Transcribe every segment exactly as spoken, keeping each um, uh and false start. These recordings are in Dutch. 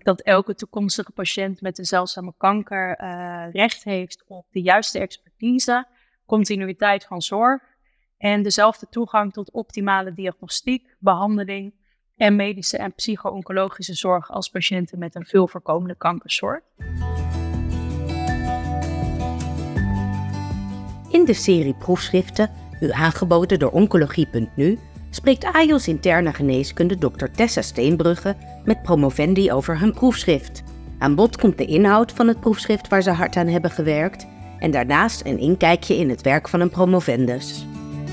dat elke toekomstige patiënt met een zeldzame kanker uh, recht heeft op de juiste expertise, continuïteit van zorg en dezelfde toegang tot optimale diagnostiek, behandeling en medische en psycho-oncologische zorg als patiënten met een veel voorkomende kankersoort. In de serie proefschriften, u aangeboden door Oncologie punt nu, spreekt A J O S interne geneeskunde dokter Tessa Steenbrugge met promovendi over hun proefschrift. Aan bod komt de inhoud van het proefschrift waar ze hard aan hebben gewerkt en daarnaast een inkijkje in het werk van een promovendus.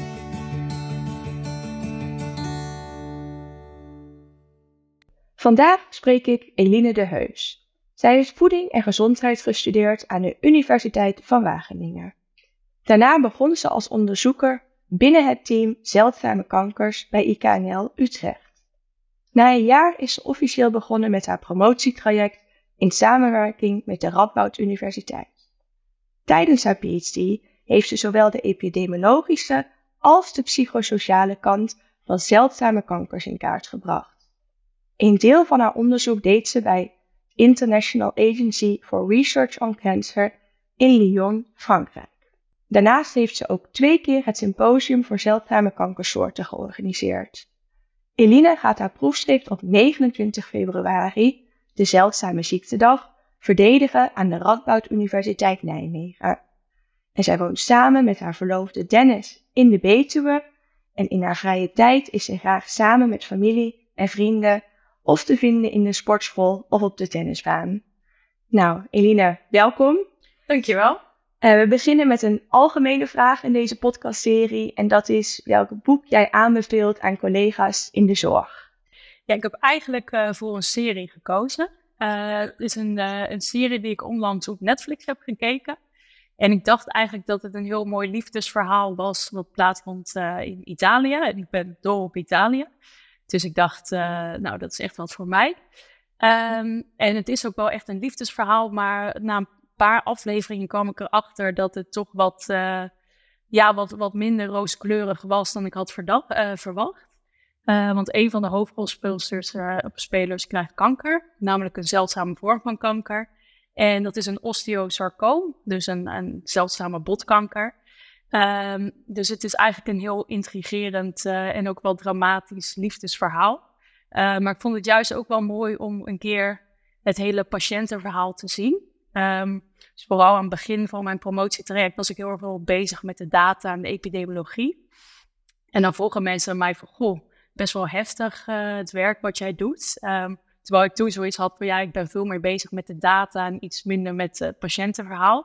Vandaag spreek ik Eline de Heus. Zij heeft voeding en gezondheid gestudeerd aan de Universiteit van Wageningen. Daarna begon ze als onderzoeker binnen het team Zeldzame Kankers bij I K N L Utrecht. Na een jaar is ze officieel begonnen met haar promotietraject in samenwerking met de Radboud Universiteit. Tijdens haar P H D heeft ze zowel de epidemiologische als de psychosociale kant van zeldzame kankers in kaart gebracht. Een deel van haar onderzoek deed ze bij International Agency for Research on Cancer in Lyon, Frankrijk. Daarnaast heeft ze ook twee keer het Symposium voor Zeldzame Kankersoorten georganiseerd. Eline gaat haar proefschrift op negenentwintig februari, de Zeldzame Ziektedag, verdedigen aan de Radboud Universiteit Nijmegen. En zij woont samen met haar verloofde Dennis in de Betuwe en in haar vrije tijd is ze graag samen met familie en vrienden of te vinden in de sportschool of op de tennisbaan. Nou, Eline, welkom. Dankjewel. Uh, we beginnen met een algemene vraag in deze podcastserie en dat is welk boek jij aanbeveelt aan collega's in de zorg. Ja, ik heb eigenlijk uh, voor een serie gekozen. Uh, het is een, uh, een serie die ik onlangs op Netflix heb gekeken. En ik dacht eigenlijk dat het een heel mooi liefdesverhaal was wat plaatsvond uh, in Italië. En ik ben dol op Italië. Dus ik dacht, uh, nou dat is echt wat voor mij. Um, en het is ook wel echt een liefdesverhaal, maar na een paar afleveringen kwam ik erachter dat het toch wat, uh, ja, wat, wat minder rooskleurig was dan ik had verdacht, uh, verwacht. Uh, want een van de hoofdrolspelers uh, spelers krijgt kanker, namelijk een zeldzame vorm van kanker. En dat is een osteosarcoom, dus een, een zeldzame botkanker. Um, dus het is eigenlijk een heel intrigerend uh, en ook wel dramatisch liefdesverhaal. Uh, maar ik vond het juist ook wel mooi om een keer het hele patiëntenverhaal te zien. Um, dus vooral aan het begin van mijn promotietraject was ik heel erg veel bezig met de data en de epidemiologie. En dan volgen mensen mij van, goh, best wel heftig uh, het werk wat jij doet. Um, terwijl ik toen zoiets had van, ja, ik ben veel meer bezig met de data en iets minder met het patiëntenverhaal.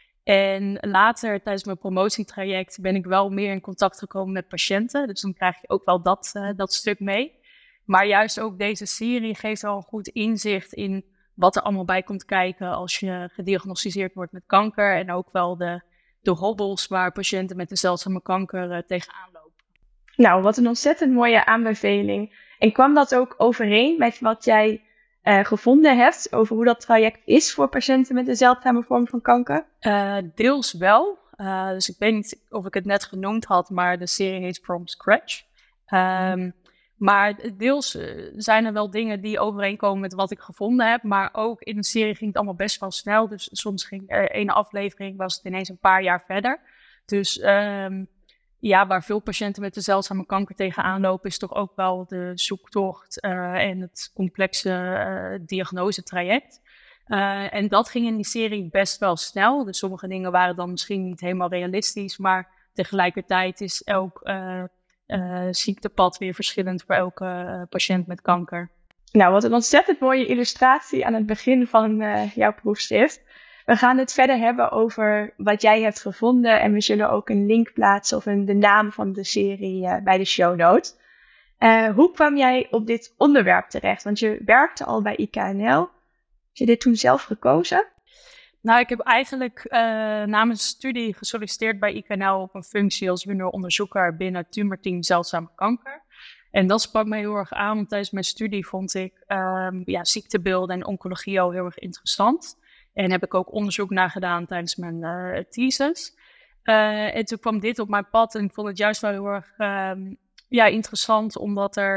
En later tijdens mijn promotietraject ben ik wel meer in contact gekomen met patiënten. Dus dan krijg je ook wel dat, uh, dat stuk mee. Maar juist ook deze serie geeft wel een goed inzicht in wat er allemaal bij komt kijken als je gediagnosticeerd wordt met kanker. En ook wel de, de hobbels waar patiënten met een zeldzame kanker uh, tegenaan lopen. Nou, wat een ontzettend mooie aanbeveling. En kwam dat ook overeen met wat jij uh, gevonden hebt over hoe dat traject is voor patiënten met een zeldzame vorm van kanker? Uh, deels wel. Uh, dus ik weet niet of ik het net genoemd had, maar de serie heet From Scratch. Um, Maar deels uh, zijn er wel dingen die overeenkomen met wat ik gevonden heb. Maar ook in de serie ging het allemaal best wel snel. Dus soms ging er uh, één aflevering, was het ineens een paar jaar verder. Dus um, ja, waar veel patiënten met de zeldzame kanker tegenaan lopen, is toch ook wel de zoektocht uh, en het complexe uh, diagnosetraject. Uh, en dat ging in die serie best wel snel. Dus sommige dingen waren dan misschien niet helemaal realistisch, maar tegelijkertijd is elk Uh, Uh, ziektepad weer verschillend voor elke uh, patiënt met kanker. Nou, wat een ontzettend mooie illustratie aan het begin van uh, jouw proefschrift. We gaan het verder hebben over wat jij hebt gevonden en we zullen ook een link plaatsen of een, de naam van de serie uh, bij de show notes. Uh, hoe kwam jij op dit onderwerp terecht? Want je werkte al bij I K N L. Heb je dit toen zelf gekozen? Nou, ik heb eigenlijk uh, na mijn studie gesolliciteerd bij I K N L op een functie als junior onderzoeker binnen het tumorteam zeldzame kanker. En dat sprak mij heel erg aan, want tijdens mijn studie vond ik um, ja, ziektebeelden en oncologie al heel erg interessant. En heb ik ook onderzoek naar gedaan tijdens mijn uh, thesis. Uh, en toen kwam dit op mijn pad en ik vond het juist wel heel erg um, ja, interessant, omdat er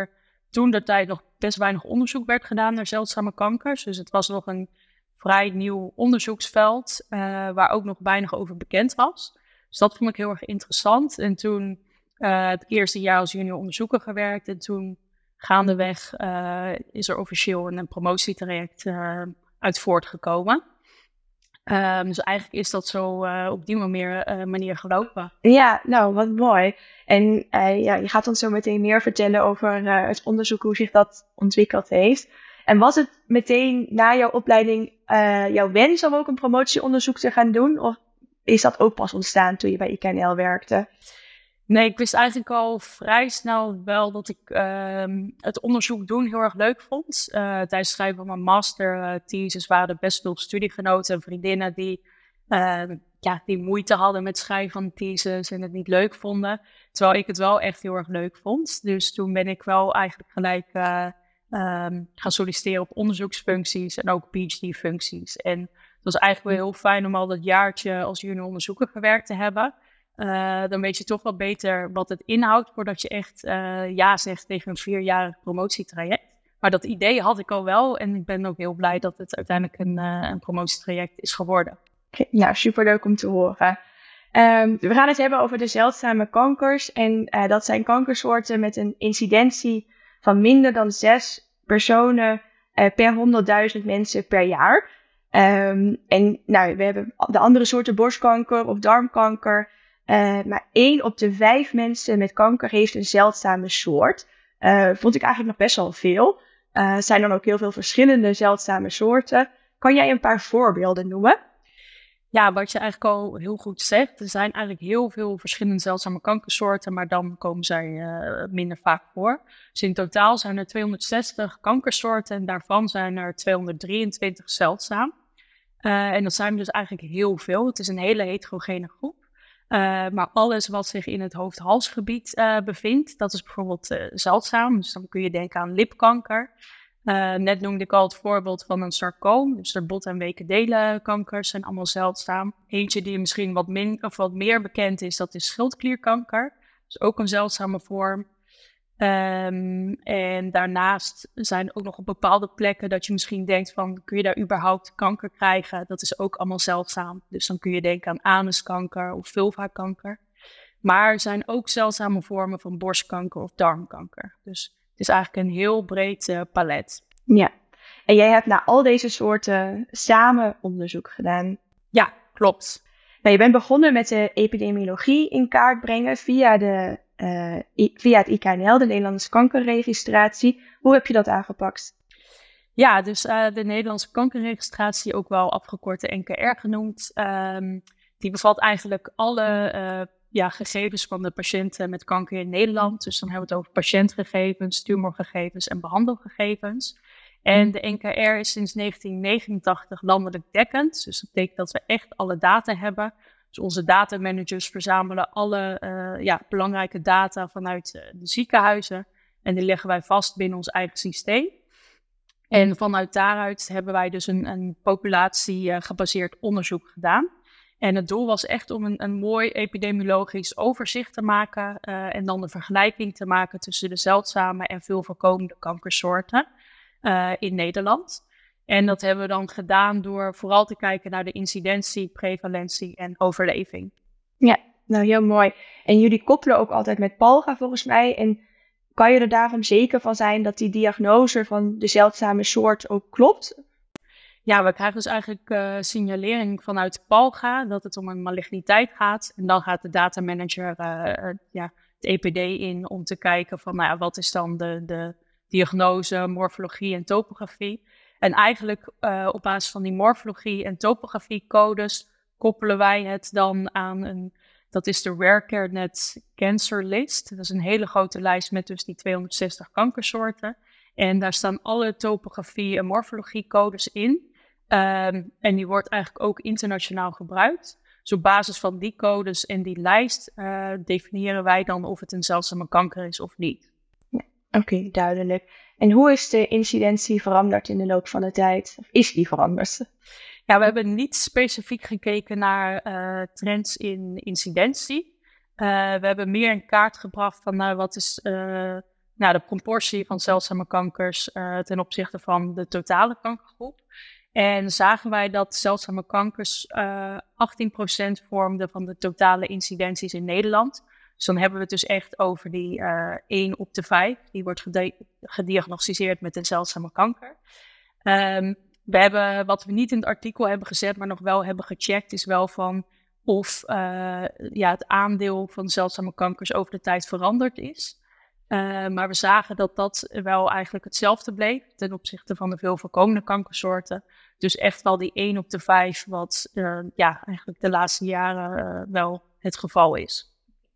toen de tijd nog best weinig onderzoek werd gedaan naar zeldzame kankers. Dus het was nog een vrij nieuw onderzoeksveld uh, waar ook nog weinig over bekend was. Dus dat vond ik heel erg interessant. En toen uh, het eerste jaar als junior onderzoeker gewerkt. En toen gaandeweg uh, is er officieel een, een promotietraject uh, uit voortgekomen. Um, dus eigenlijk is dat zo uh, op die manier, uh, manier gelopen. Ja, nou, wat mooi. En uh, ja, je gaat ons zo meteen meer vertellen over uh, het onderzoek, hoe zich dat ontwikkeld heeft. En was het meteen na jouw opleiding uh, jouw wens om ook een promotieonderzoek te gaan doen? Of is dat ook pas ontstaan toen je bij I K N L werkte? Nee, ik wist eigenlijk al vrij snel wel dat ik uh, het onderzoek doen heel erg leuk vond. Uh, tijdens het schrijven van mijn masterthesis uh, waren er best veel studiegenoten en vriendinnen die, uh, ja, die moeite hadden met schrijven van thesis en het niet leuk vonden. Terwijl ik het wel echt heel erg leuk vond. Dus toen ben ik wel eigenlijk gelijk uh, um, gaan solliciteren op onderzoeksfuncties en ook P H D-functies. En het was eigenlijk wel heel fijn om al dat jaartje als junior onderzoeker gewerkt te hebben. Uh, dan weet je toch wel beter wat het inhoudt voordat je echt uh, ja zegt tegen een vierjarig promotietraject. Maar dat idee had ik al wel en ik ben ook heel blij dat het uiteindelijk een, uh, een promotietraject is geworden. Ja, superleuk om te horen. Um, we gaan het hebben over de zeldzame kankers. En uh, dat zijn kankersoorten met een incidentie van minder dan zes personen uh, per honderdduizend mensen per jaar. Um, en nou, we hebben de andere soorten borstkanker of darmkanker. Uh, maar één op de vijf mensen met kanker heeft een zeldzame soort. Uh, vond ik eigenlijk nog best wel veel. Er uh, zijn dan ook heel veel verschillende zeldzame soorten. Kan jij een paar voorbeelden noemen? Ja, wat je eigenlijk al heel goed zegt. Er zijn eigenlijk heel veel verschillende zeldzame kankersoorten, maar dan komen zij uh, minder vaak voor. Dus in totaal zijn er tweehonderdzestig kankersoorten en daarvan zijn er tweehonderddrieëntwintig zeldzaam. Uh, en dat zijn dus eigenlijk heel veel. Het is een hele heterogene groep. Uh, maar alles wat zich in het hoofd-halsgebied uh, bevindt, dat is bijvoorbeeld uh, zeldzaam. Dus dan kun je denken aan lipkanker. Uh, net noemde ik al het voorbeeld van een sarcoom. Dus de bot- en wekendelenkankers zijn allemaal zeldzaam. Eentje die misschien wat, min, of wat meer bekend is, dat is schildklierkanker. Dat is ook een zeldzame vorm. Um, en daarnaast zijn er ook nog op bepaalde plekken dat je misschien denkt van, kun je daar überhaupt kanker krijgen? Dat is ook allemaal zeldzaam. Dus dan kun je denken aan anuskanker of vulvakanker. Maar er zijn ook zeldzame vormen van borstkanker of darmkanker. Dus het is eigenlijk een heel breed uh, palet. Ja, en jij hebt naar al deze soorten samen onderzoek gedaan. Ja, klopt. Nou, je bent begonnen met de epidemiologie in kaart brengen via, de, uh, I, via het I K N L, de Nederlandse kankerregistratie. Hoe heb je dat aangepakt? Ja, dus uh, de Nederlandse kankerregistratie, ook wel afgekort de N K R genoemd, um, die bevat eigenlijk alle uh, ja, gegevens van de patiënten met kanker in Nederland. Dus dan hebben we het over patiëntgegevens, tumorgegevens en behandelgegevens. En de N K R is sinds negentien negenentachtig landelijk dekkend. Dus dat betekent dat we echt alle data hebben. Dus onze datamanagers verzamelen alle uh, ja, belangrijke data vanuit uh, de ziekenhuizen. En die leggen wij vast binnen ons eigen systeem. En vanuit daaruit hebben wij dus een, een populatie uh, gebaseerd onderzoek gedaan. En het doel was echt om een, een mooi epidemiologisch overzicht te maken. Uh, en dan de vergelijking te maken tussen de zeldzame en veel voorkomende kankersoorten uh, in Nederland. En dat hebben we dan gedaan door vooral te kijken naar de incidentie, prevalentie en overleving. Ja, nou heel mooi. En jullie koppelen ook altijd met PALGA volgens mij. En kan je er daarom zeker van zijn dat die diagnose van de zeldzame soort ook klopt? Ja, we krijgen dus eigenlijk uh, signalering vanuit PALGA dat het om een maligniteit gaat. En dan gaat de datamanager uh, ja, het E P D in om te kijken van nou ja, wat is dan de, de diagnose, morfologie en topografie. En eigenlijk uh, op basis van die morfologie en topografiecodes koppelen wij het dan aan een, dat is de RareCareNet Cancer List. Dat is een hele grote lijst met dus die tweehonderdzestig kankersoorten. En daar staan alle topografie en morfologiecodes in. Um, en die wordt eigenlijk ook internationaal gebruikt. Dus op basis van die codes en die lijst uh, definiëren wij dan of het een zeldzame kanker is of niet. Ja, Oké, okay, duidelijk. En hoe is de incidentie veranderd in de loop van de tijd? Of is die veranderd? Ja, we hebben niet specifiek gekeken naar uh, trends in incidentie. Uh, we hebben meer in kaart gebracht van nou, wat is uh, nou, de proportie van zeldzame kankers uh, ten opzichte van de totale kankergroep. En zagen wij dat zeldzame kankers uh, achttien procent vormden van de totale incidenties in Nederland. Dus dan hebben we het dus echt over die uh, één op de vijf. Die wordt gedi- gediagnosticeerd met een zeldzame kanker. Um, we hebben, wat we niet in het artikel hebben gezet, maar nog wel hebben gecheckt, is wel van of uh, ja, het aandeel van zeldzame kankers over de tijd veranderd is. Uh, maar we zagen dat dat wel eigenlijk hetzelfde bleef ten opzichte van de veel voorkomende kankersoorten. Dus echt wel die één op de vijf, wat uh, ja, eigenlijk de laatste jaren uh, wel het geval is.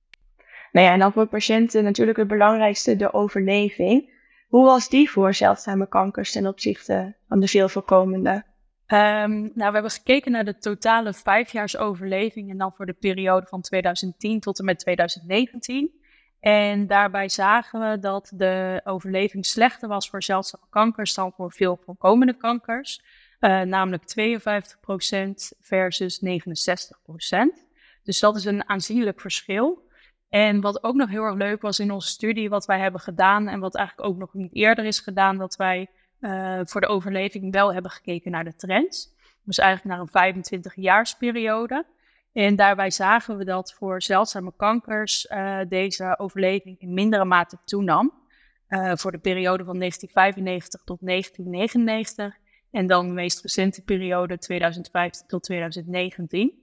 Nou ja, en dan voor patiënten natuurlijk het belangrijkste, de overleving. Hoe was die voor zeldzame kankers ten opzichte van de veel voorkomende? Um, nou, we hebben gekeken naar de totale vijfjaarsoverleving en dan voor de periode van tweeduizend tien tot en met tweeduizend negentien. En daarbij zagen we dat de overleving slechter was voor zeldzame kankers dan voor veel voorkomende kankers. Uh, namelijk tweeënvijftig procent versus negenenzestig procent. Dus dat is een aanzienlijk verschil. En wat ook nog heel erg leuk was in onze studie, wat wij hebben gedaan en wat eigenlijk ook nog niet eerder is gedaan, dat wij uh, voor de overleving wel hebben gekeken naar de trends. Dus eigenlijk naar een vijfentwintig-jaarsperiode. En daarbij zagen we dat voor zeldzame kankers uh, deze overleving in mindere mate toenam. Uh, voor de periode van negentien vijfennegentig tot negentien negenennegentig. En dan de meest recente periode tweeduizend vijftien tot tweeduizend negentien.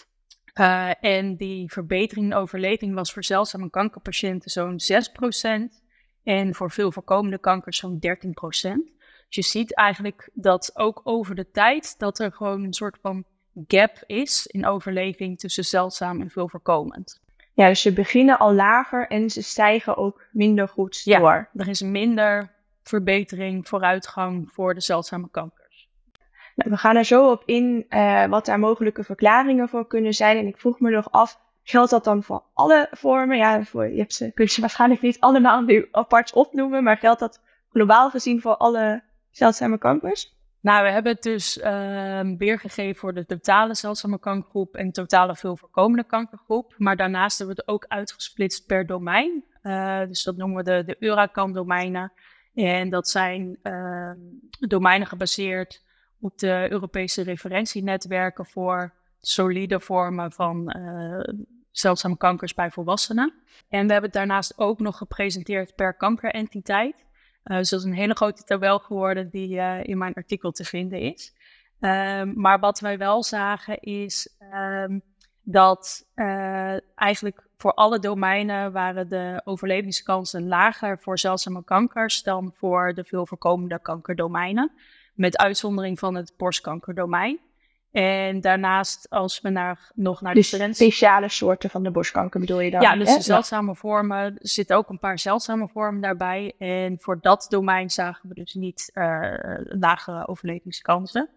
Uh, en die verbetering in overleving was voor zeldzame kankerpatiënten zo'n zes procent. En voor veel voorkomende kankers zo'n dertien procent. Dus je ziet eigenlijk dat ook over de tijd dat er gewoon een soort van gap is in overleving tussen zeldzaam en veel voorkomend. Ja, dus ze beginnen al lager en ze stijgen ook minder goed ja, door. Er is minder verbetering, vooruitgang voor de zeldzame kankers. Nou, we gaan er zo op in uh, wat daar mogelijke verklaringen voor kunnen zijn. En ik vroeg me nog af, geldt dat dan voor alle vormen? Ja, voor, je hebt ze, kun je ze waarschijnlijk niet allemaal nu apart opnoemen, maar geldt dat globaal gezien voor alle zeldzame kankers? Nou, we hebben het dus uh, weergegeven voor de totale zeldzame kankergroep en totale veel voorkomende kankergroep. Maar daarnaast hebben we het ook uitgesplitst per domein. Uh, dus dat noemen we de, de EURACAN-domeinen. En dat zijn uh, domeinen gebaseerd op de Europese referentienetwerken voor solide vormen van uh, zeldzame kankers bij volwassenen. En we hebben het daarnaast ook nog gepresenteerd per kankerentiteit. Uh, dus dat is een hele grote tabel geworden die uh, in mijn artikel te vinden is. Um, maar wat wij wel zagen is um, dat uh, eigenlijk voor alle domeinen waren de overlevingskansen lager voor zeldzame kankers dan voor de veel voorkomende kankerdomeinen. Met uitzondering van het borstkankerdomein. En daarnaast, als we naar, nog naar dus de trends... speciale soorten van de borstkanker bedoel je dan? Ja, dus hè? de zeldzame vormen. Er zitten ook een paar zeldzame vormen daarbij. En voor dat domein zagen we dus niet uh, lage overlevingskansen.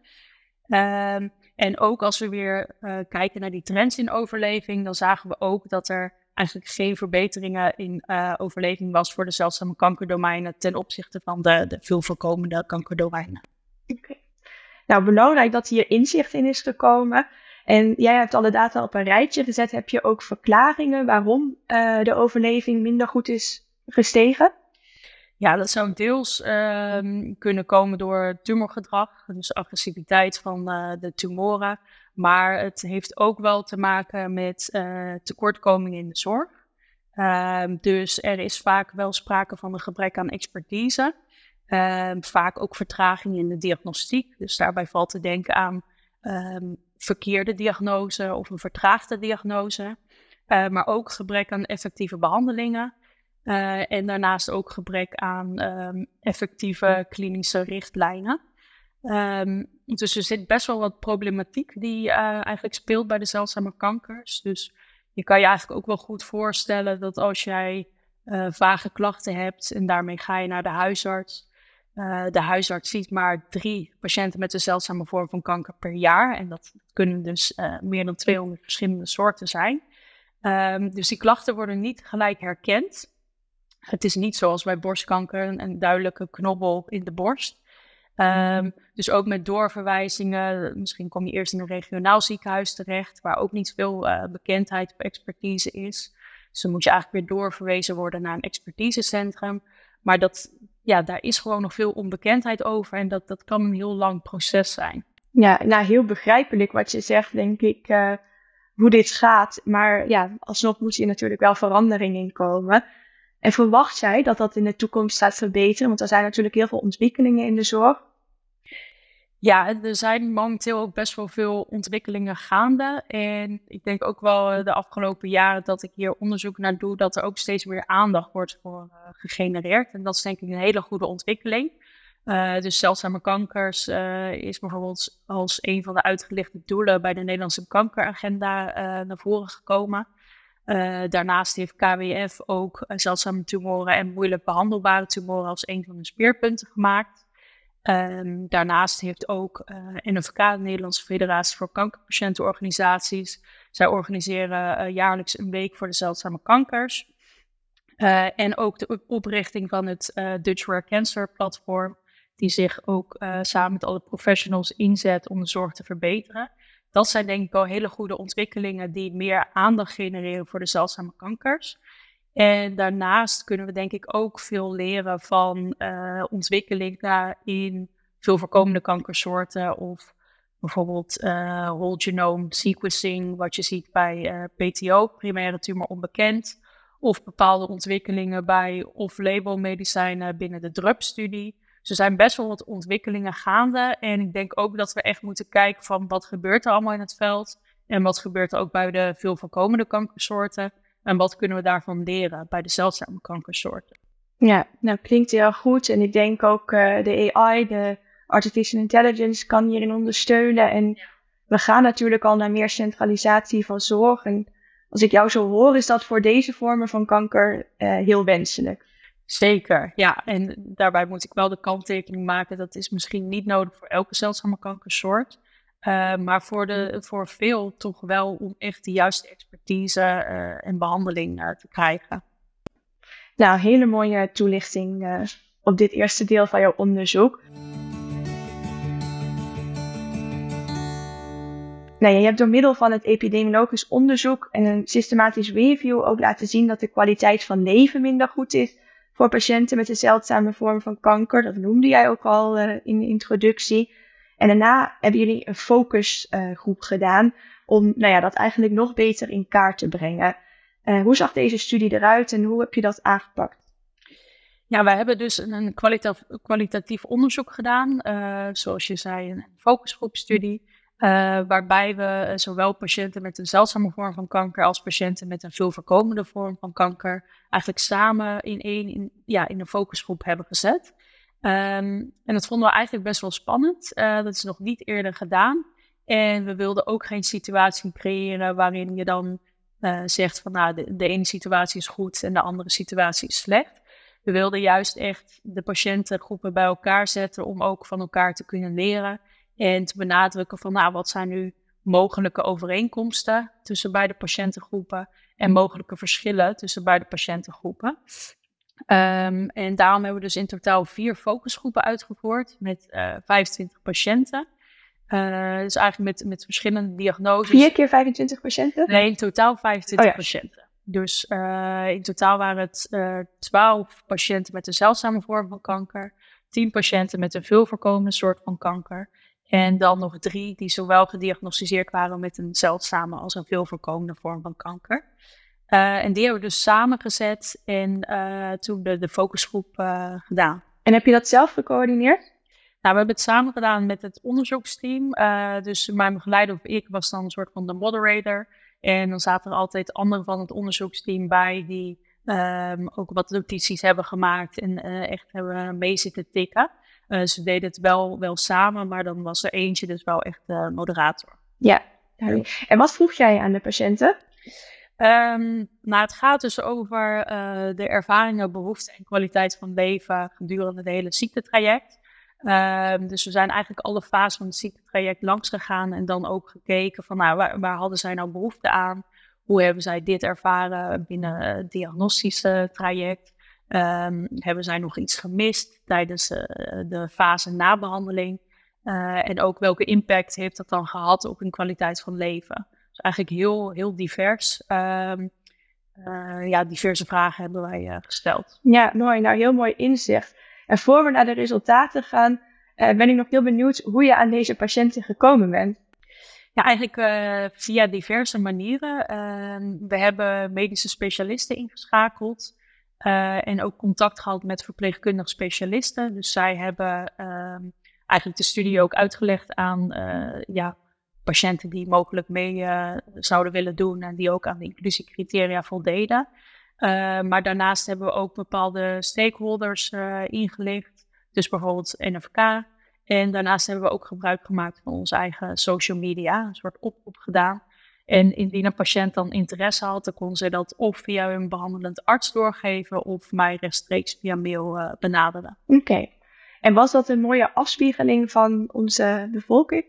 Um, en ook als we weer uh, kijken naar die trends in overleving, dan zagen we ook dat er eigenlijk geen verbeteringen in uh, overleving was voor de zeldzame kankerdomeinen ten opzichte van de, de veel voorkomende kankerdomeinen. Oké. Okay. Nou, belangrijk dat hier inzicht in is gekomen. En jij hebt alle data op een rijtje gezet. Heb je ook verklaringen waarom uh, de overleving minder goed is gestegen? Ja, dat zou deels uh, kunnen komen door tumorgedrag, dus agressiviteit van uh, de tumoren. Maar het heeft ook wel te maken met uh, tekortkomingen in de zorg. Uh, dus er is vaak wel sprake van een gebrek aan expertise. Uh, vaak ook vertraging in de diagnostiek. Dus daarbij valt te denken aan um, verkeerde diagnose of een vertraagde diagnose. Uh, maar ook gebrek aan effectieve behandelingen. Uh, en daarnaast ook gebrek aan um, effectieve klinische richtlijnen. Um, dus er zit best wel wat problematiek die uh, eigenlijk speelt bij de zeldzame kankers. Dus je kan je eigenlijk ook wel goed voorstellen dat als jij uh, vage klachten hebt en daarmee ga je naar de huisarts. Uh, de huisarts ziet maar drie patiënten met een zeldzame vorm van kanker per jaar. En dat kunnen dus uh, meer dan tweehonderd verschillende soorten zijn. Um, dus die klachten worden niet gelijk herkend. Het is niet zoals bij borstkanker een, een duidelijke knobbel in de borst. Um, dus ook met doorverwijzingen, misschien kom je eerst in een regionaal ziekenhuis terecht, waar ook niet veel uh, bekendheid of expertise is. Dus dan moet je eigenlijk weer doorverwezen worden naar een expertisecentrum, Maar dat, ja, daar is gewoon nog veel onbekendheid over en dat, dat kan een heel lang proces zijn. Ja, nou heel begrijpelijk wat je zegt, denk ik, uh, hoe dit gaat. Maar ja, alsnog moet hier natuurlijk wel verandering in komen. En verwacht jij dat dat in de toekomst gaat verbeteren? Want er zijn natuurlijk heel veel ontwikkelingen in de zorg. Ja, er zijn momenteel ook best wel veel ontwikkelingen gaande. En ik denk ook wel de afgelopen jaren dat ik hier onderzoek naar doe, dat er ook steeds meer aandacht wordt voor uh, gegenereerd. En dat is denk ik een hele goede ontwikkeling. Uh, dus zeldzame kankers uh, is bijvoorbeeld als een van de uitgelichte doelen bij de Nederlandse kankeragenda uh, naar voren gekomen. Uh, daarnaast heeft K W F ook uh, zeldzame tumoren en moeilijk behandelbare tumoren als een van de speerpunten gemaakt. Um, daarnaast heeft ook uh, N F K, de Nederlandse Federatie voor Kankerpatiëntenorganisaties, zij organiseren uh, jaarlijks een week voor de zeldzame kankers. Uh, en ook de oprichting van het uh, Dutch Rare Cancer platform, die zich ook uh, samen met alle professionals inzet om de zorg te verbeteren. Dat zijn denk ik al hele goede ontwikkelingen die meer aandacht genereren voor de zeldzame kankers. En daarnaast kunnen we denk ik ook veel leren van uh, ontwikkeling naar in veel voorkomende kankersoorten of bijvoorbeeld uh, whole genome sequencing, wat je ziet bij uh, P T O, primaire tumor onbekend, of bepaalde ontwikkelingen bij off-label medicijnen binnen de D R U P-studie. Dus er zijn best wel wat ontwikkelingen gaande en ik denk ook dat we echt moeten kijken van wat gebeurt er allemaal in het veld en wat gebeurt er ook bij de veel voorkomende kankersoorten. En wat kunnen we daarvan leren bij de zeldzame kankersoorten? Ja, nou klinkt heel goed. En ik denk ook uh, de A I, de artificial intelligence, kan hierin ondersteunen. En we gaan natuurlijk al naar meer centralisatie van zorg. En als ik jou zo hoor, is dat voor deze vormen van kanker uh, heel wenselijk. Zeker, ja. En daarbij moet ik wel de kanttekening maken. Dat is misschien niet nodig voor elke zeldzame kankersoort. Uh, maar voor, de, voor veel toch wel om echt de juiste expertise uh, en behandeling uh, te krijgen. Nou, hele mooie toelichting uh, op dit eerste deel van jouw onderzoek. Nou, je hebt door middel van het epidemiologisch onderzoek en een systematisch review ook laten zien dat de kwaliteit van leven minder goed is voor patiënten met een zeldzame vorm van kanker. Dat noemde jij ook al uh, in de introductie. En daarna hebben jullie een focusgroep uh, gedaan om nou ja, dat eigenlijk nog beter in kaart te brengen. Uh, hoe zag deze studie eruit en hoe heb je dat aangepakt? Ja, wij hebben dus een kwalitatief, kwalitatief onderzoek gedaan, uh, zoals je zei, een focusgroepstudie, uh, waarbij we zowel patiënten met een zeldzame vorm van kanker als patiënten met een veel voorkomende vorm van kanker eigenlijk samen in één, in, ja, in een focusgroep hebben gezet. Um, en dat vonden we eigenlijk best wel spannend. Uh, dat is nog niet eerder gedaan. En we wilden ook geen situatie creëren waarin je dan uh, zegt van nou, de, de ene situatie is goed en de andere situatie is slecht. We wilden juist echt de patiëntengroepen bij elkaar zetten om ook van elkaar te kunnen leren. En te benadrukken van nou, wat zijn nu mogelijke overeenkomsten tussen beide patiëntengroepen en mogelijke verschillen tussen beide patiëntengroepen. Um, en daarom hebben we dus in totaal vier focusgroepen uitgevoerd met uh, vijfentwintig patiënten. Uh, dus eigenlijk met, met verschillende diagnoses. Vier keer vijfentwintig patiënten? Nee, in totaal vijfentwintig oh ja. patiënten. Dus uh, in totaal waren het uh, twaalf patiënten met een zeldzame vorm van kanker, tien patiënten met een veel voorkomende soort van kanker en dan nog drie die zowel gediagnosticeerd waren met een zeldzame als een veel voorkomende vorm van kanker. Uh, en die hebben we dus samengezet en uh, toen de, de focusgroep uh, gedaan. En heb je dat zelf gecoördineerd? Nou, we hebben het samen gedaan met het onderzoeksteam. Uh, dus mijn begeleider of ik was dan een soort van de moderator. En dan zaten er altijd anderen van het onderzoeksteam bij die um, ook wat notities hebben gemaakt en uh, echt hebben mee zitten tikken. Uh, ze deden het wel, wel samen, maar dan was er eentje dus wel echt de moderator. Ja, duidelijk. En wat vroeg jij aan de patiënten? Um, nou, het gaat dus over uh, de ervaringen, behoeften en kwaliteit van leven gedurende het hele ziektetraject. Um, dus we zijn eigenlijk alle fases van het ziektetraject langs gegaan en dan ook gekeken van nou, waar, waar hadden zij nou behoefte aan? Hoe hebben zij dit ervaren binnen het diagnostische traject? Um, hebben zij nog iets gemist tijdens uh, de fase na behandeling? Uh, en ook welke impact heeft dat dan gehad op hun kwaliteit van leven? Dus eigenlijk heel, heel divers. Um, uh, ja, diverse vragen hebben wij uh, gesteld. Ja, mooi. Nou, heel mooi inzicht. En voor we naar de resultaten gaan, uh, ben ik nog heel benieuwd hoe je aan deze patiënten gekomen bent. Ja, eigenlijk uh, via diverse manieren. Uh, we hebben medische specialisten ingeschakeld uh, en ook contact gehad met verpleegkundige specialisten. Dus zij hebben uh, eigenlijk de studie ook uitgelegd aan uh, ja, patiënten die mogelijk mee uh, zouden willen doen en die ook aan de inclusiecriteria voldeden. Uh, maar daarnaast hebben we ook bepaalde stakeholders uh, ingelicht, dus bijvoorbeeld N F K. En daarnaast hebben we ook gebruik gemaakt van onze eigen social media, een soort oproep gedaan. En indien een patiënt dan interesse had, dan kon ze dat of via hun behandelend arts doorgeven of mij rechtstreeks via mail uh, benaderen. Oké. Okay. En was dat een mooie afspiegeling van onze bevolking?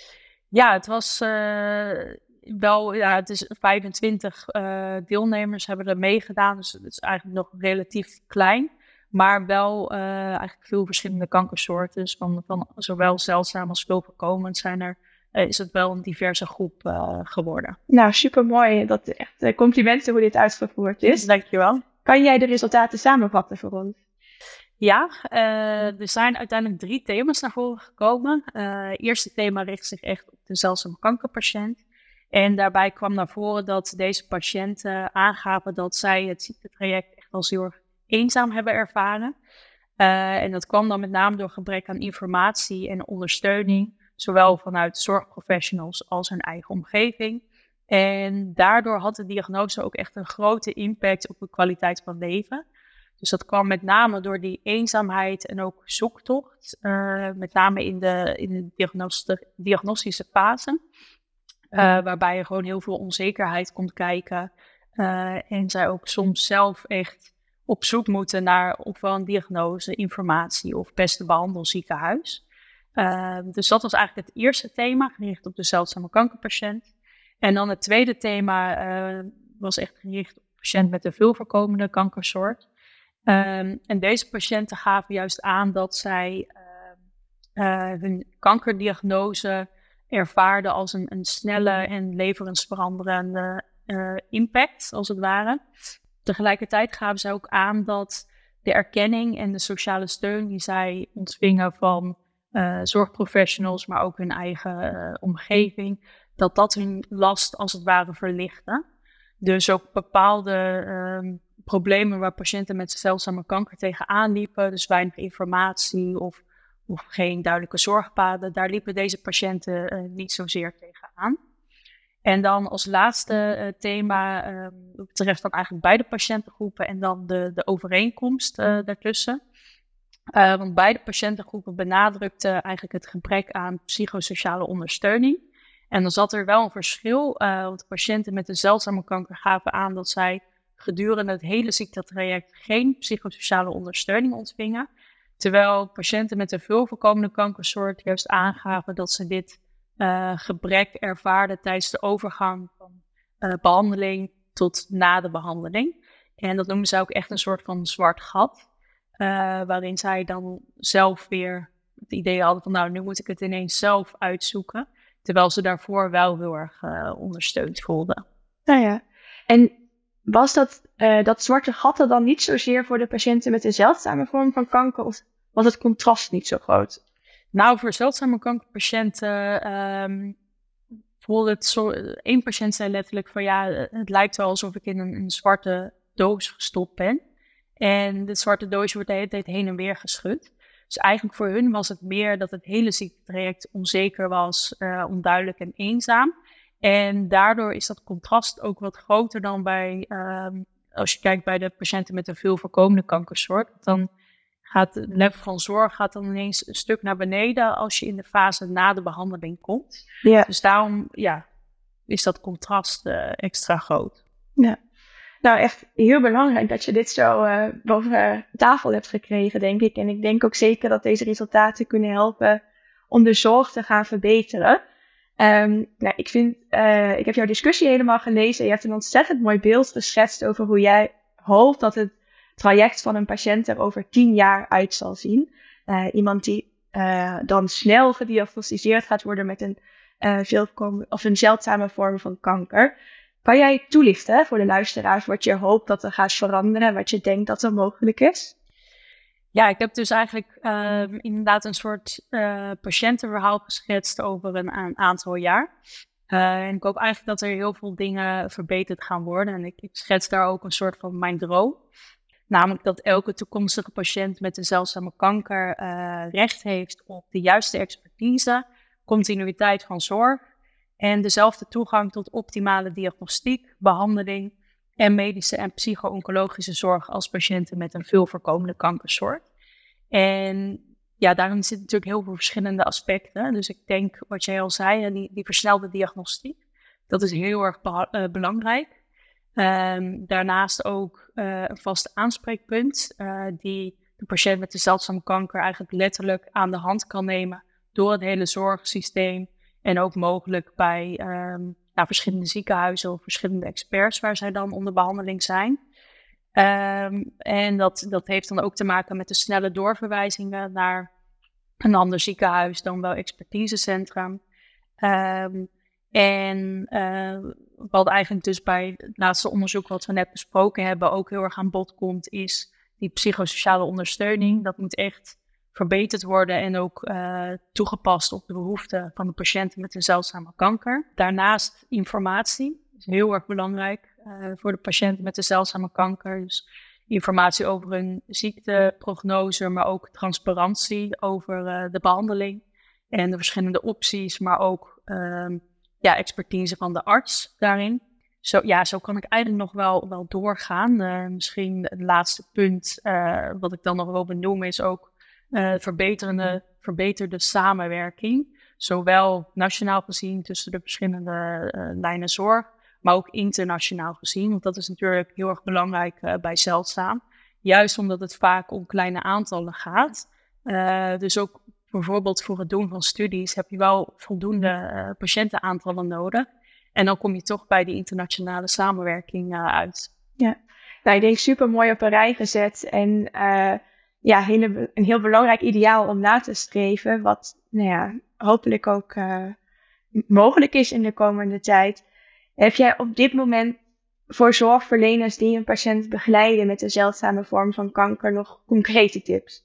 Ja, het was uh, wel, ja, het is vijfentwintig uh, deelnemers hebben er meegedaan, dus het is eigenlijk nog relatief klein. Maar wel uh, eigenlijk veel verschillende kankersoorten. Dus van, van zowel zeldzaam als veel voorkomend zijn er, uh, is het wel een diverse groep uh, geworden. Nou, supermooi. Dat echt uh, complimenten hoe dit uitgevoerd is. Dankjewel. Kan jij de resultaten samenvatten voor ons? Ja, uh, er zijn uiteindelijk drie thema's naar voren gekomen. Uh, het eerste thema richt zich echt op de zeldzame kankerpatiënt. En daarbij kwam naar voren dat deze patiënten aangaven dat zij het ziektetraject echt als heel erg eenzaam hebben ervaren. Uh, en dat kwam dan met name door gebrek aan informatie en ondersteuning, zowel vanuit zorgprofessionals als hun eigen omgeving. En daardoor had de diagnose ook echt een grote impact op de kwaliteit van leven. Dus dat kwam met name door die eenzaamheid en ook zoektocht, uh, met name in de, in de diagnosti- diagnostische fase, uh, waarbij er gewoon heel veel onzekerheid komt kijken. Uh, en zij ook soms zelf echt op zoek moeten naar ofwel een diagnose, informatie of beste behandelziekenhuis. Uh, dus dat was eigenlijk het eerste thema, gericht op de zeldzame kankerpatiënt. En dan het tweede thema uh, was echt gericht op de patiënt met een veel voorkomende kankersoort. Um, en deze patiënten gaven juist aan dat zij uh, uh, hun kankerdiagnose ervaarden als een, een snelle en levensveranderende uh, impact, als het ware. Tegelijkertijd gaven zij ook aan dat de erkenning en de sociale steun die zij ontvingen van uh, zorgprofessionals, maar ook hun eigen uh, omgeving, dat dat hun last als het ware verlichtte. Dus ook bepaalde uh, problemen waar patiënten met zeldzame kanker tegenaan liepen, dus weinig informatie of, of geen duidelijke zorgpaden, daar liepen deze patiënten uh, niet zozeer tegenaan. En dan als laatste uh, thema uh, betreft dan eigenlijk beide patiëntengroepen en dan de, de overeenkomst uh, daartussen. Uh, want beide patiëntengroepen benadrukten eigenlijk het gebrek aan psychosociale ondersteuning. En dan zat er wel een verschil, uh, want de patiënten met een zeldzame kanker gaven aan dat zij gedurende het hele ziektetraject geen psychosociale ondersteuning ontvingen. Terwijl patiënten met een veel voorkomende kankersoort juist aangaven dat ze dit uh, gebrek ervaarden tijdens de overgang van uh, behandeling tot na de behandeling. En dat noemen ze ook echt een soort van zwart gat, uh, waarin zij dan zelf weer het idee hadden van nou, nu moet ik het ineens zelf uitzoeken. Terwijl ze daarvoor wel heel erg uh, ondersteund voelden. Nou ja, en was dat, uh, dat zwarte gat er dan niet zozeer voor de patiënten met een zeldzame vorm van kanker? Of was het contrast niet zo groot? Nou, voor zeldzame kankerpatiënten um, voelde het zo... Eén patiënt zei letterlijk van ja, het lijkt wel alsof ik in een, een zwarte doos gestopt ben. En dit zwarte doosje wordt de hele tijd heen en weer geschud. Dus eigenlijk voor hun was het meer dat het hele ziektetraject onzeker was, uh, onduidelijk en eenzaam. En daardoor is dat contrast ook wat groter dan bij, uh, als je kijkt bij de patiënten met een veel voorkomende kankersoort. Dan gaat het level van zorg gaat dan ineens een stuk naar beneden als je in de fase na de behandeling komt. Ja. Dus daarom ja, is dat contrast uh, extra groot. Ja. Nou, echt heel belangrijk dat je dit zo uh, boven tafel hebt gekregen, denk ik. En ik denk ook zeker dat deze resultaten kunnen helpen om de zorg te gaan verbeteren. Um, nou, ik, vind, uh, ik heb jouw discussie helemaal gelezen. Je hebt een ontzettend mooi beeld geschetst over hoe jij hoopt dat het traject van een patiënt er over tien jaar uit zal zien. Uh, iemand die uh, dan snel gediagnosticeerd gaat worden met een, uh, veel of een zeldzame vorm van kanker. Kan jij toelichten voor de luisteraars wat je hoopt dat er gaat veranderen, wat je denkt dat er mogelijk is? Ja, ik heb dus eigenlijk uh, inderdaad een soort uh, patiëntenverhaal geschetst over een, een aantal jaar. Uh, en ik hoop eigenlijk dat er heel veel dingen verbeterd gaan worden. En ik, ik schets daar ook een soort van mijn droom. Namelijk dat elke toekomstige patiënt met een zeldzame kanker uh, recht heeft op de juiste expertise, continuïteit van zorg en dezelfde toegang tot optimale diagnostiek, behandeling en medische en psycho-oncologische zorg als patiënten met een veel voorkomende kankersoort. En ja, daarin zitten natuurlijk heel veel verschillende aspecten. Dus ik denk, wat jij al zei, die, die versnelde diagnostiek, dat is heel erg be- uh, belangrijk. Um, daarnaast ook uh, een vast aanspreekpunt uh, die de patiënt met de zeldzame kanker eigenlijk letterlijk aan de hand kan nemen door het hele zorgsysteem en ook mogelijk bij um, nou, verschillende ziekenhuizen of verschillende experts waar zij dan onder behandeling zijn. Um, en dat, dat heeft dan ook te maken met de snelle doorverwijzingen naar een ander ziekenhuis dan wel expertisecentrum. Um, En uh, wat eigenlijk dus bij het laatste onderzoek wat we net besproken hebben ook heel erg aan bod komt, is die psychosociale ondersteuning. Dat moet echt verbeterd worden en ook uh, toegepast op de behoeften van de patiënten met een zeldzame kanker. Daarnaast informatie, is heel erg belangrijk uh, voor de patiënten met een zeldzame kanker. Dus informatie over hun ziekteprognose, maar ook transparantie over uh, de behandeling en de verschillende opties, maar ook uh, ja, expertise van de arts daarin. Zo, ja, zo kan ik eigenlijk nog wel, wel doorgaan. Uh, misschien het laatste punt uh, wat ik dan nog wil benoemen is ook uh, verbeterende, verbeterde samenwerking. Zowel nationaal gezien tussen de verschillende uh, lijnen zorg, maar ook internationaal gezien. Want dat is natuurlijk heel erg belangrijk uh, bij zeldzaam. Juist omdat het vaak om kleine aantallen gaat. Uh, dus ook bijvoorbeeld voor het doen van studies heb je wel voldoende uh, patiëntenaantallen nodig. En dan kom je toch bij die internationale samenwerking uh, uit. Ja, nou, ik denk super mooi op een rij gezet. En uh, ja, hele, een heel belangrijk ideaal om na te streven. Wat nou ja, hopelijk ook uh, mogelijk is in de komende tijd. Heb jij op dit moment voor zorgverleners die een patiënt begeleiden met een zeldzame vorm van kanker nog concrete tips?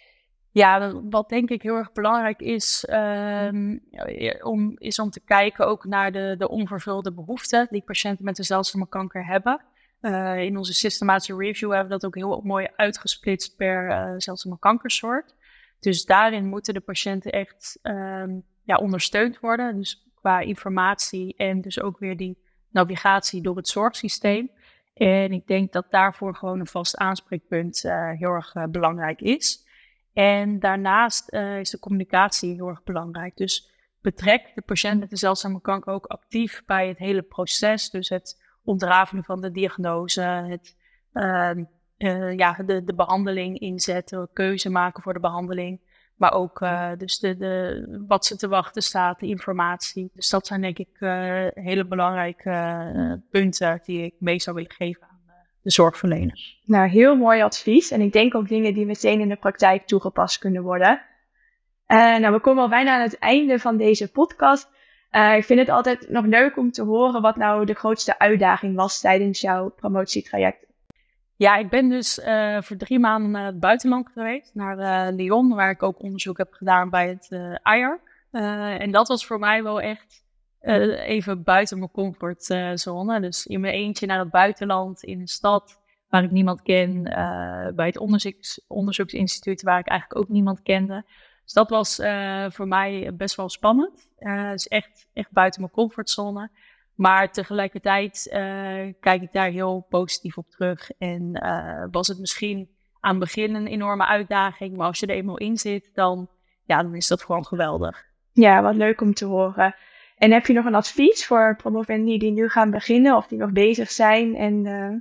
Ja, wat denk ik heel erg belangrijk is, um, om, is om te kijken ook naar de, de onvervulde behoeften die patiënten met een zeldzame kanker hebben. Uh, in onze systematische review hebben we dat ook heel mooi uitgesplitst per uh, zeldzame kankersoort. Dus daarin moeten de patiënten echt um, ja, ondersteund worden, dus qua informatie en dus ook weer die navigatie door het zorgsysteem. En ik denk dat daarvoor gewoon een vast aanspreekpunt uh, heel erg uh, belangrijk is. En daarnaast uh, is de communicatie heel erg belangrijk. Dus betrek de patiënt met de zeldzame kanker ook actief bij het hele proces. Dus het ontrafelen van de diagnose, het uh, uh, ja, de, de behandeling inzetten, keuze maken voor de behandeling. Maar ook uh, dus de, de, wat ze te wachten staat, de informatie. Dus dat zijn denk ik uh, hele belangrijke uh, punten die ik mee zou willen geven aan uh, de zorgverleners. Nou, heel mooi advies. En ik denk ook dingen die meteen in de praktijk toegepast kunnen worden. Uh, nou, we komen al bijna aan het einde van deze podcast. Uh, ik vind het altijd nog leuk om te horen wat nou de grootste uitdaging was tijdens jouw promotietraject. Ja, ik ben dus uh, voor drie maanden naar het buitenland geweest, naar uh, Lyon, waar ik ook onderzoek heb gedaan bij het uh, I A R C. Uh, en dat was voor mij wel echt uh, even buiten mijn comfortzone. Dus in mijn eentje naar het buitenland, in een stad waar ik niemand ken, uh, bij het onderzoeks, onderzoeksinstituut waar ik eigenlijk ook niemand kende. Dus dat was uh, voor mij best wel spannend. Uh, dus echt, echt buiten mijn comfortzone. Maar tegelijkertijd uh, kijk ik daar heel positief op terug. En uh, was het misschien aan het begin een enorme uitdaging. Maar als je er eenmaal in zit, dan, ja, dan is dat gewoon geweldig. Ja, wat leuk om te horen. En heb je nog een advies voor promovendi die nu gaan beginnen of die nog bezig zijn? En, uh...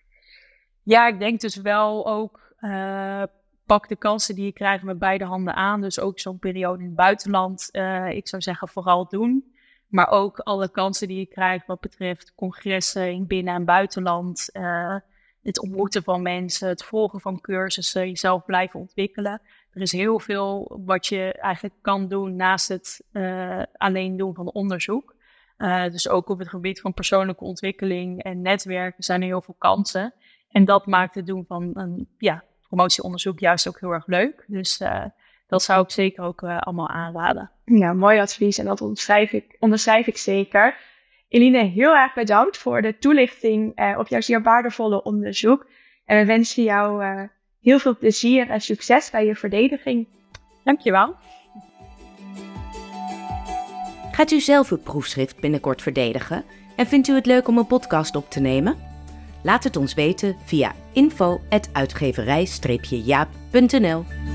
Ja, ik denk dus wel ook, uh, pak de kansen die je krijgt met beide handen aan. Dus ook zo'n periode in het buitenland. Uh, ik zou zeggen vooral doen. Maar ook alle kansen die je krijgt wat betreft congressen in binnen- en buitenland. Uh, het ontmoeten van mensen, het volgen van cursussen, jezelf blijven ontwikkelen. Er is heel veel wat je eigenlijk kan doen naast het uh, alleen doen van onderzoek. Uh, dus ook op het gebied van persoonlijke ontwikkeling en netwerken zijn er heel veel kansen. En dat maakt het doen van een ja, promotieonderzoek juist ook heel erg leuk. Dus uh, dat zou ik zeker ook uh, allemaal aanraden. Ja, mooi advies en dat onderschrijf ik, onderschrijf ik zeker. Eline, heel erg bedankt voor de toelichting uh, op jouw zeer waardevolle onderzoek. En we wensen jou uh, heel veel plezier en succes bij je verdediging. Dankjewel. Gaat u zelf uw proefschrift binnenkort verdedigen en vindt u het leuk om een podcast op te nemen? Laat het ons weten via info at uitgeverij streepje jaap punt n l.